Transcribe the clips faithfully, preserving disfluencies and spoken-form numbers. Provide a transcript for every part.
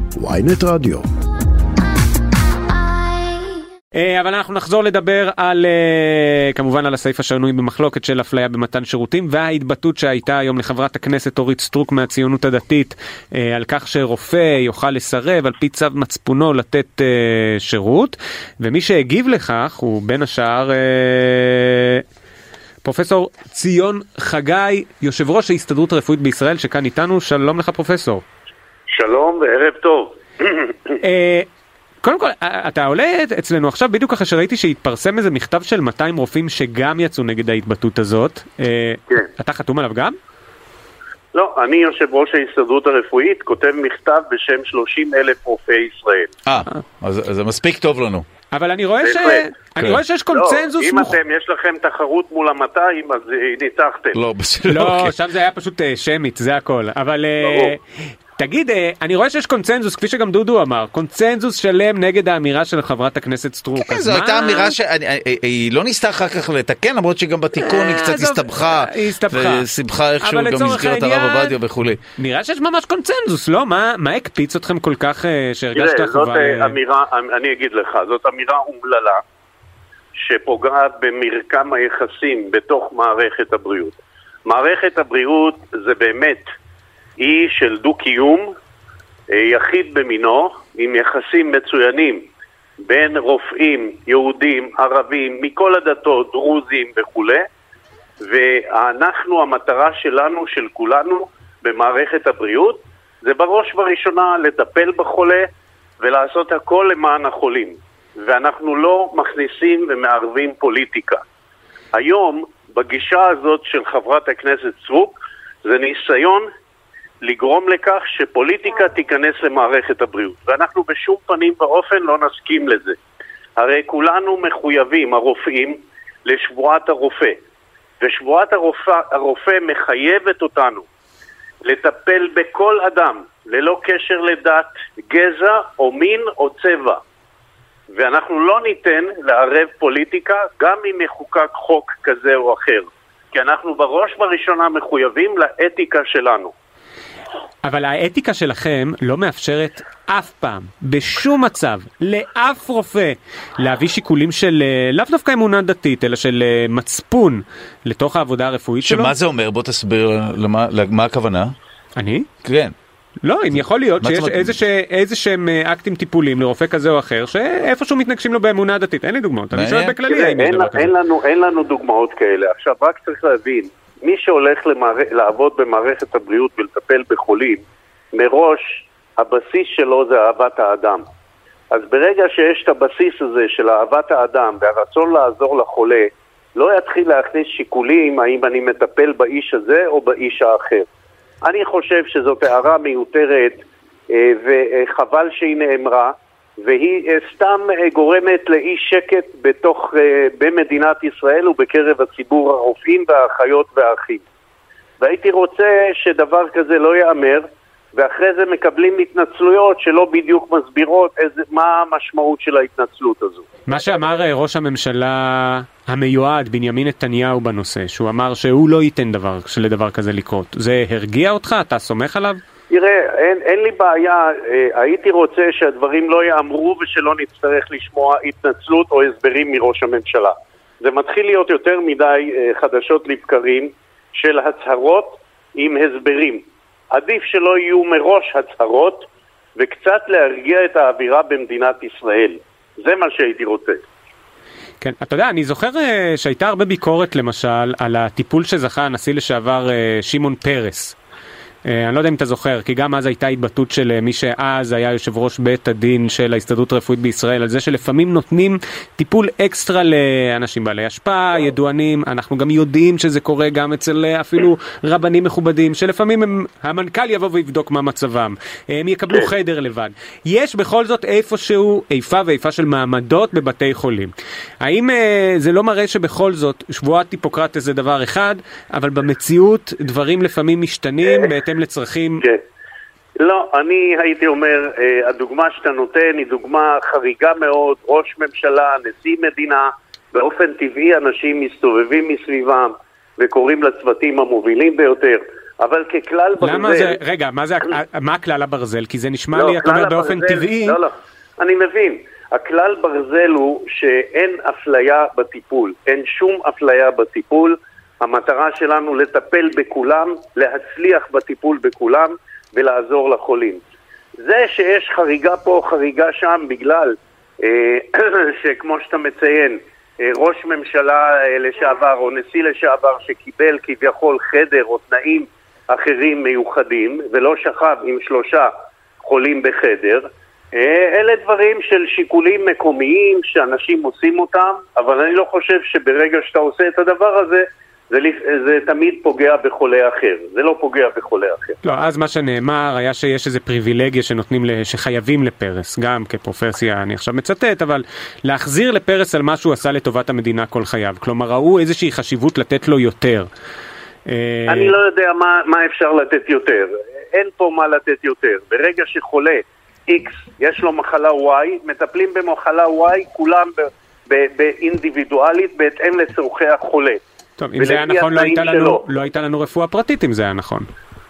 וויינט רדיו. אבל אנחנו נחזור לדבר על, כמובן, על הסעיף השנוי במחלוקת של אפליה במתן שירותים, וההתבטאות שהייתה היום לחברת הכנסת אורית סטרוק מהציונות הדתית על כך שרופא יוכל לסרב על פי צו מצפונו לתת שירות, ומי שהגיב לכך הוא בין השאר פרופסור ציון חגי, יושב ראש ההסתדרות הרפואית בישראל, שכאן איתנו. שלום לך פרופסור. שלום וערב טוב. קודם כל, אתה עולה אצלנו עכשיו בדיוק אחרי שראיתי שהתפרסם איזה מכתב של מאתיים רופאים שגם יצאו נגד ההתבטאות הזאת. כן. אתה חתום עליו גם? לא, אני יושב ראש ההסתדרות הרפואית, כותב מכתב בשם שלושים אלף רופאי ישראל. אה, אז זה מספיק טוב לנו. אבל אני רואה ש... אני רואה שיש קונצנזוס... אם אתם, יש לכם תחרות מול המאתיים, אז ניצחתם. לא, לא, שם זה היה פשוט שמית, זה הכל. אבל... תגיד, אני רואה שיש קונצנזוס, כפי שגם דודו אמר, קונצנזוס שלם נגד האמירה של חברת הכנסת סטרוק. כן, זו הייתה אמירה שהיא לא ניסתה אחר כך לתקן, למרות שגם בתיקון היא קצת הסתבכה, וסיבכה איכשהו גם מזכירת הרב עובדיה וכו'. נראה שיש ממש קונצנזוס, לא? מה הקפיץ אתכם כל כך שהרגשת חובה? זאת אמירה, אני אגיד לך, זאת אמירה אומללה, שפוגעת במרקם היחסים בתוך מערכת הבריאות. מערכת הבריאות זה באמת היא של דו-קיום, יחיד במינו, עם יחסים מצוינים בין רופאים, יהודים, ערבים, מכל הדתות, דרוזים וכו'. ואנחנו, המטרה שלנו, של כולנו, במערכת הבריאות, זה בראש ובראשונה לטפל בחולה ולעשות הכל למען החולים. ואנחנו לא מכניסים ומערבים פוליטיקה. היום, בגישה הזאת של חברת הכנסת סטרוק, זה ניסיון לגרום לכך שפוליטיקה תיכנס למערכת הבריאות. ואנחנו בשום פנים ואופן לא נסכים לזה. הרי כולנו מחויבים, הרופאים, לשבועת הרופא. ושבועת הרופא, הרופא מחייבת אותנו לטפל בכל אדם, ללא קשר לדת, גזע או מין או צבע. ואנחנו לא ניתן לערב פוליטיקה, גם אם יחוקק חוק כזה או אחר. כי אנחנו בראש בראשונה מחויבים לאתיקה שלנו. אבל האתיקה שלכם לא מאפשרת אף פעם, בשום מצב, לאף רופא, להביא שיקולים של לאו דווקא אמונה דתית, אלא של מצפון לתוך העבודה הרפואית שלו. שמה זה אומר? בוא תסביר למה, למה הכוונה? אני? כן. לא, אם יכול להיות שיש איזה, איזה שהם אקטים טיפולים לרופא כזה או אחר, שאיפשהו מתנגשים לו באמונה דתית. אין לי דוגמאות. אני שואל בכללי האם יש דבר כזה. אין לנו, אין לנו דוגמאות כאלה. עכשיו, רק צריך להבין, מי שהולך למער... לעבוד במערכת הבריאות ולטפל בחולים, מראש הבסיס שלו זה אהבת האדם. אז ברגע שיש את הבסיס הזה של אהבת האדם והרצון לעזור לחולה, לא יתחיל להכניס שיקולים האם אני מטפל באיש הזה או באיש האחר. אני חושב שזאת הערה מיותרת וחבל שהיא נאמרה, והיא סתם גורמת לאי שקט בתוך, במדינת ישראל ובקרב הציבור הרופאים והאחיות והאחים. והייתי רוצה שדבר כזה לא יאמר, ואחרי זה מקבלים התנצלויות שלא בדיוק מסבירות איזה, מה המשמעות של ההתנצלות הזו. מה שאמר ראש הממשלה המיועד בנימין נתניהו בנושא, שהוא אמר שהוא לא ייתן דבר, שלדבר כזה לקרות, זה הרגיע אותך? אתה סומך עליו? תראה, אין, אין לי בעיה, הייתי רוצה שהדברים לא יאמרו ושלא נצטרך לשמוע התנצלות או הסברים מראש הממשלה. זה מתחיל להיות יותר מדי חדשות לבקרים של הצהרות עם הסברים. עדיף שלא יהיו מראש הצהרות וקצת להרגיע את האווירה במדינת ישראל. זה מה שהייתי רוצה. כן, אתה יודע, אני זוכר שהייתה הרבה ביקורת למשל על הטיפול שזכה הנשיא לשעבר שמעון פרס. אני לא יודע אם אתה זוכר, כי גם אז הייתה התבטאות של מי שאז היה יושב ראש בית הדין של ההסתדרות הרפואית בישראל, על זה שלפעמים נותנים טיפול אקסטרה לאנשים בעלי השפעה, ידוענים, אנחנו גם יודעים שזה קורה גם אצל אפילו רבנים מכובדים, שלפעמים הם, המנכ"ל יבוא ויבדוק מה מצבם, הם יקבלו חדר לבד. יש בכל זאת איפשהו איפה ואיפה של מעמדות בבתי חולים. האם זה לא מראה שבכל זאת שבועת היפוקרטס זה דבר אחד, אבל במציאות דברים לפעמים משתנים בהתאם לצרכים? כן. לא, אני הייתי אומר, הדוגמה שאתה נותן היא דוגמה חריגה מאוד, ראש ממשלה, נשיא מדינה, באופן טבעי אנשים מסתובבים מסביבם וקוראים לצוותים המובילים ביותר. אבל ככלל ברזל... למה זה, רגע, מה זה, מה הכלל הברזל? כי זה נשמע לי, אתה אומר באופן טבעי... לא, לא, אני מבין. הכלל ברזל הוא שאין אפליה בטיפול, אין שום אפליה בטיפול. המטרה שלנו לטפל בכולם, להצליח בטיפול בכולם ולעזור לחולים. זה שיש חריגה פה, חריגה שם, בגלל אה, שכמו שאתה מציין, אה, ראש ממשלה אה, לשעבר או נשיא לשעבר שקיבל כביכול חדר או תנאים אחרים מיוחדים ולא שכב עם שלושה חולים בחדר, אלה דברים של שיקולים מקומיים שאנשים עושים אותם, אבל אני לא חושב שברגע שאתה עושה את הדבר הזה, זה, זה תמיד פוגע בחולה אחר. זה לא פוגע בחולה אחר. לא, אז מה שנאמר היה שיש איזו פריבילגיה שנותנים, שחייבים לפרס, גם כפרופסיה, אני עכשיו מצטט, אבל להחזיר לפרס על מה שהוא עשה לטובת המדינה כל חייו. כלומר, ראו איזושהי חשיבות לתת לו יותר. אני לא יודע מה, מה אפשר לתת יותר. אין פה מה לתת יותר. ברגע שחולה X, יש לו מחלה Y, מטפלים במחלה Y, כולם באינדיבידואלית, בהתאם לצורכי החולה. טוב, אם זה היה נכון, לא הייתה, לנו, לא הייתה לנו רפואה פרטית, אם זה היה נכון.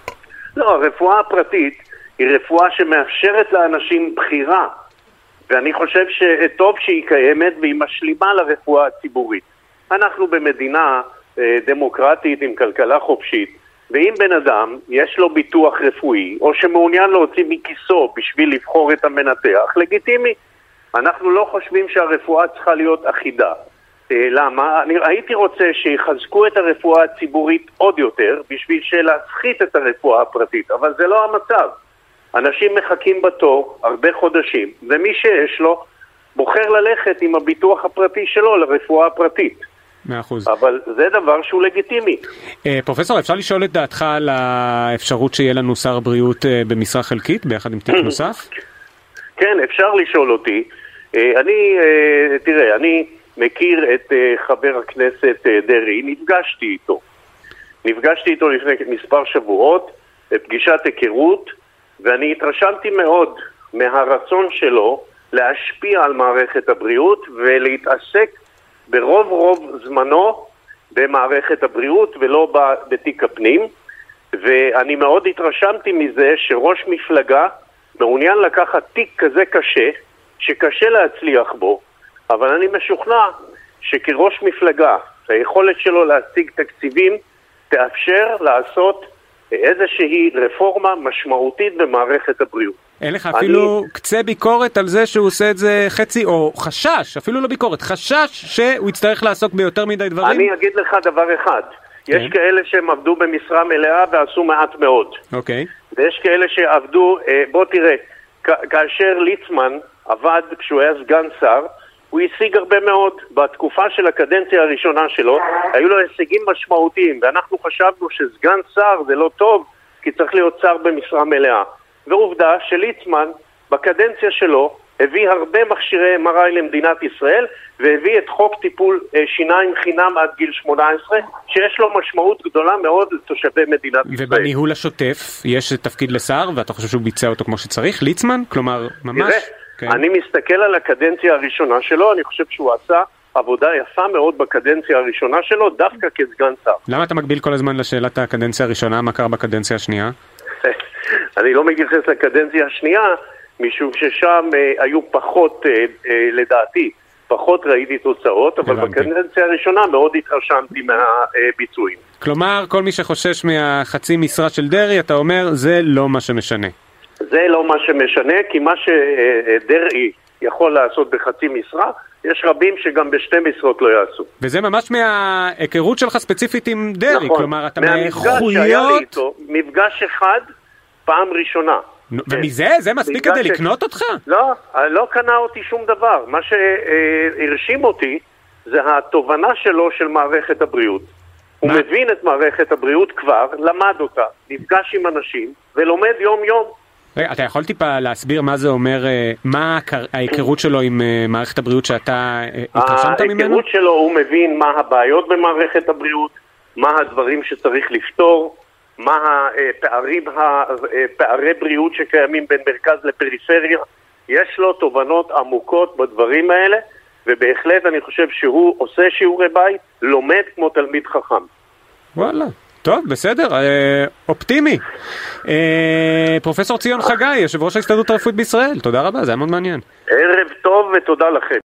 לא, הרפואה הפרטית היא רפואה שמאפשרת לאנשים בחירה, ואני חושב שטוב שהיא קיימת והיא משלימה לרפואה הציבורית. אנחנו במדינה דמוקרטית עם כלכלה חופשית, ואם בן אדם יש לו ביטוח רפואי, או שמעוניין להוציא מכיסו בשביל לבחור את המנתח, לגיטימי. אנחנו לא חושבים שהרפואה צריכה להיות אחידה. למה? אני הייתי רוצה שיחזקו את הרפואה הציבורית עוד יותר, בשביל להפחית את הרפואה הפרטית, אבל זה לא המצב. אנשים מחכים בתור הרבה חודשים, ומי שיש לו בוחר ללכת עם הביטוח הפרטי שלו לרפואה הפרטית. מאה אחוז. אבל זה דבר שהוא לגיטימי. פרופסור, אפשר לשאול את דעתך על האפשרות שיהיה לנו שר הבריאות במשרה חלקית, ביחד עם תיק נוסף? כן, אפשר לשאול אותי. אני, תראה, אני מכיר את חבר הכנסת דרי, נפגשתי איתו. נפגשתי איתו לפני מספר שבועות, פגישת היכרות, ואני התרשמתי מאוד מהרצון שלו להשפיע על מערכת הבריאות ולהתעסק ברוב רוב זמנו במערכת הבריאות ולא בתיק הפנים, ואני מאוד התרשמתי מזה שראש מפלגה מעוניין לקחת תיק כזה קשה, שקשה להצליח בו, אבל אני משוכנע שכראש מפלגה היכולת שלו להשיג תקציבים תאפשר לעשות איזושהי רפורמה משמעותית במערכת הבריאות. אין לך אפילו אני... קצה ביקורת על זה שהוא עושה את זה חצי, או חשש, אפילו לא ביקורת, חשש שהוא יצטרך לעסוק ביותר מדי דברים? אני אגיד לך דבר אחד, okay. יש כאלה שהם עבדו במשרה מלאה ועשו מעט מאוד. אוקיי. Okay. ויש כאלה שעבדו, בוא תראה, כאשר ליצמן עבד כשהוא היה סגן שר, הוא השיג הרבה מאוד. בתקופה של הקדנציה הראשונה שלו היו לו הישגים משמעותיים, ואנחנו חשבנו שסגן שר זה לא טוב, כי צריך להיות שר במשרה מלאה. ועובדה שליצמן בקדנציה שלו הביא הרבה מכשירי אם אר איי למדינת ישראל, והביא את חוק טיפול שיניים חינם עד גיל שמונה עשרה, שיש לו משמעות גדולה מאוד לתושבי מדינת ישראל. ובניהול השוטף יש תפקיד לשר, ואתה חושב שהוא ביצע אותו כמו שצריך, ליצמן? כלומר, ממש... תראה, כן. אני מסתכל על הקדנציה הראשונה שלו, אני חושב שהוא עשה עבודה יפה מאוד בקדנציה הראשונה שלו, דווקא כסגן שר. למה אתה מגביל כל הזמן לשאלת הקדנציה הראשונה? מה קרה בקדנציה השנייה? אני לא מתייחס לקדנציה השנייה, משום ששם אה, היו פחות, אה, אה, לדעתי, פחות ראיתי תוצאות, אבל הבנתי. בקדנציה הראשונה מאוד התרשמתי מהביצועים. כלומר, כל מי שחושש מהחצי משרה של דרי, אתה אומר, זה לא מה שמשנה. זה לא מה שמשנה, כי מה שדרי יכול לעשות בחצי משרה, יש רבים שגם בשתי משרות לא יעשו. וזה ממש מההיכרות שלך ספציפית עם דרי, נכון. כלומר, אתה מהחויות... שהיה לי איתו, מפגש אחד, פעם ראשונה. ומזה? זה מספיק כדי לקנות אותך? לא, לא קנה אותי שום דבר. מה שהרשים אותי זה התובנה שלו של מערכת הבריאות. הוא מבין את מערכת הבריאות כבר, למד אותה, נפגש עם אנשים ולומד יום יום. רגע, אתה יכול טיפה להסביר מה זה אומר, מה ההיכרות שלו עם מערכת הבריאות שאתה התרשמת ממנו? ההיכרות שלו, הוא מבין מה הבעיות במערכת הבריאות, מה הדברים שצריך לפתור, מה הפערים, הפערי בריאות שקיימים בין מרכז לפריפריה. יש לו תובנות עמוקות בדברים האלה, ובהחלט אני חושב שהוא עושה שיעורי בית, לומד כמו תלמיד חכם. וואלה. טוב, בסדר, אופטימי. פרופסור ציון חגי, יושב ראש ההסתדרות הרפואית בישראל, תודה רבה, זה היה מאוד מעניין. ערב טוב ותודה לכם.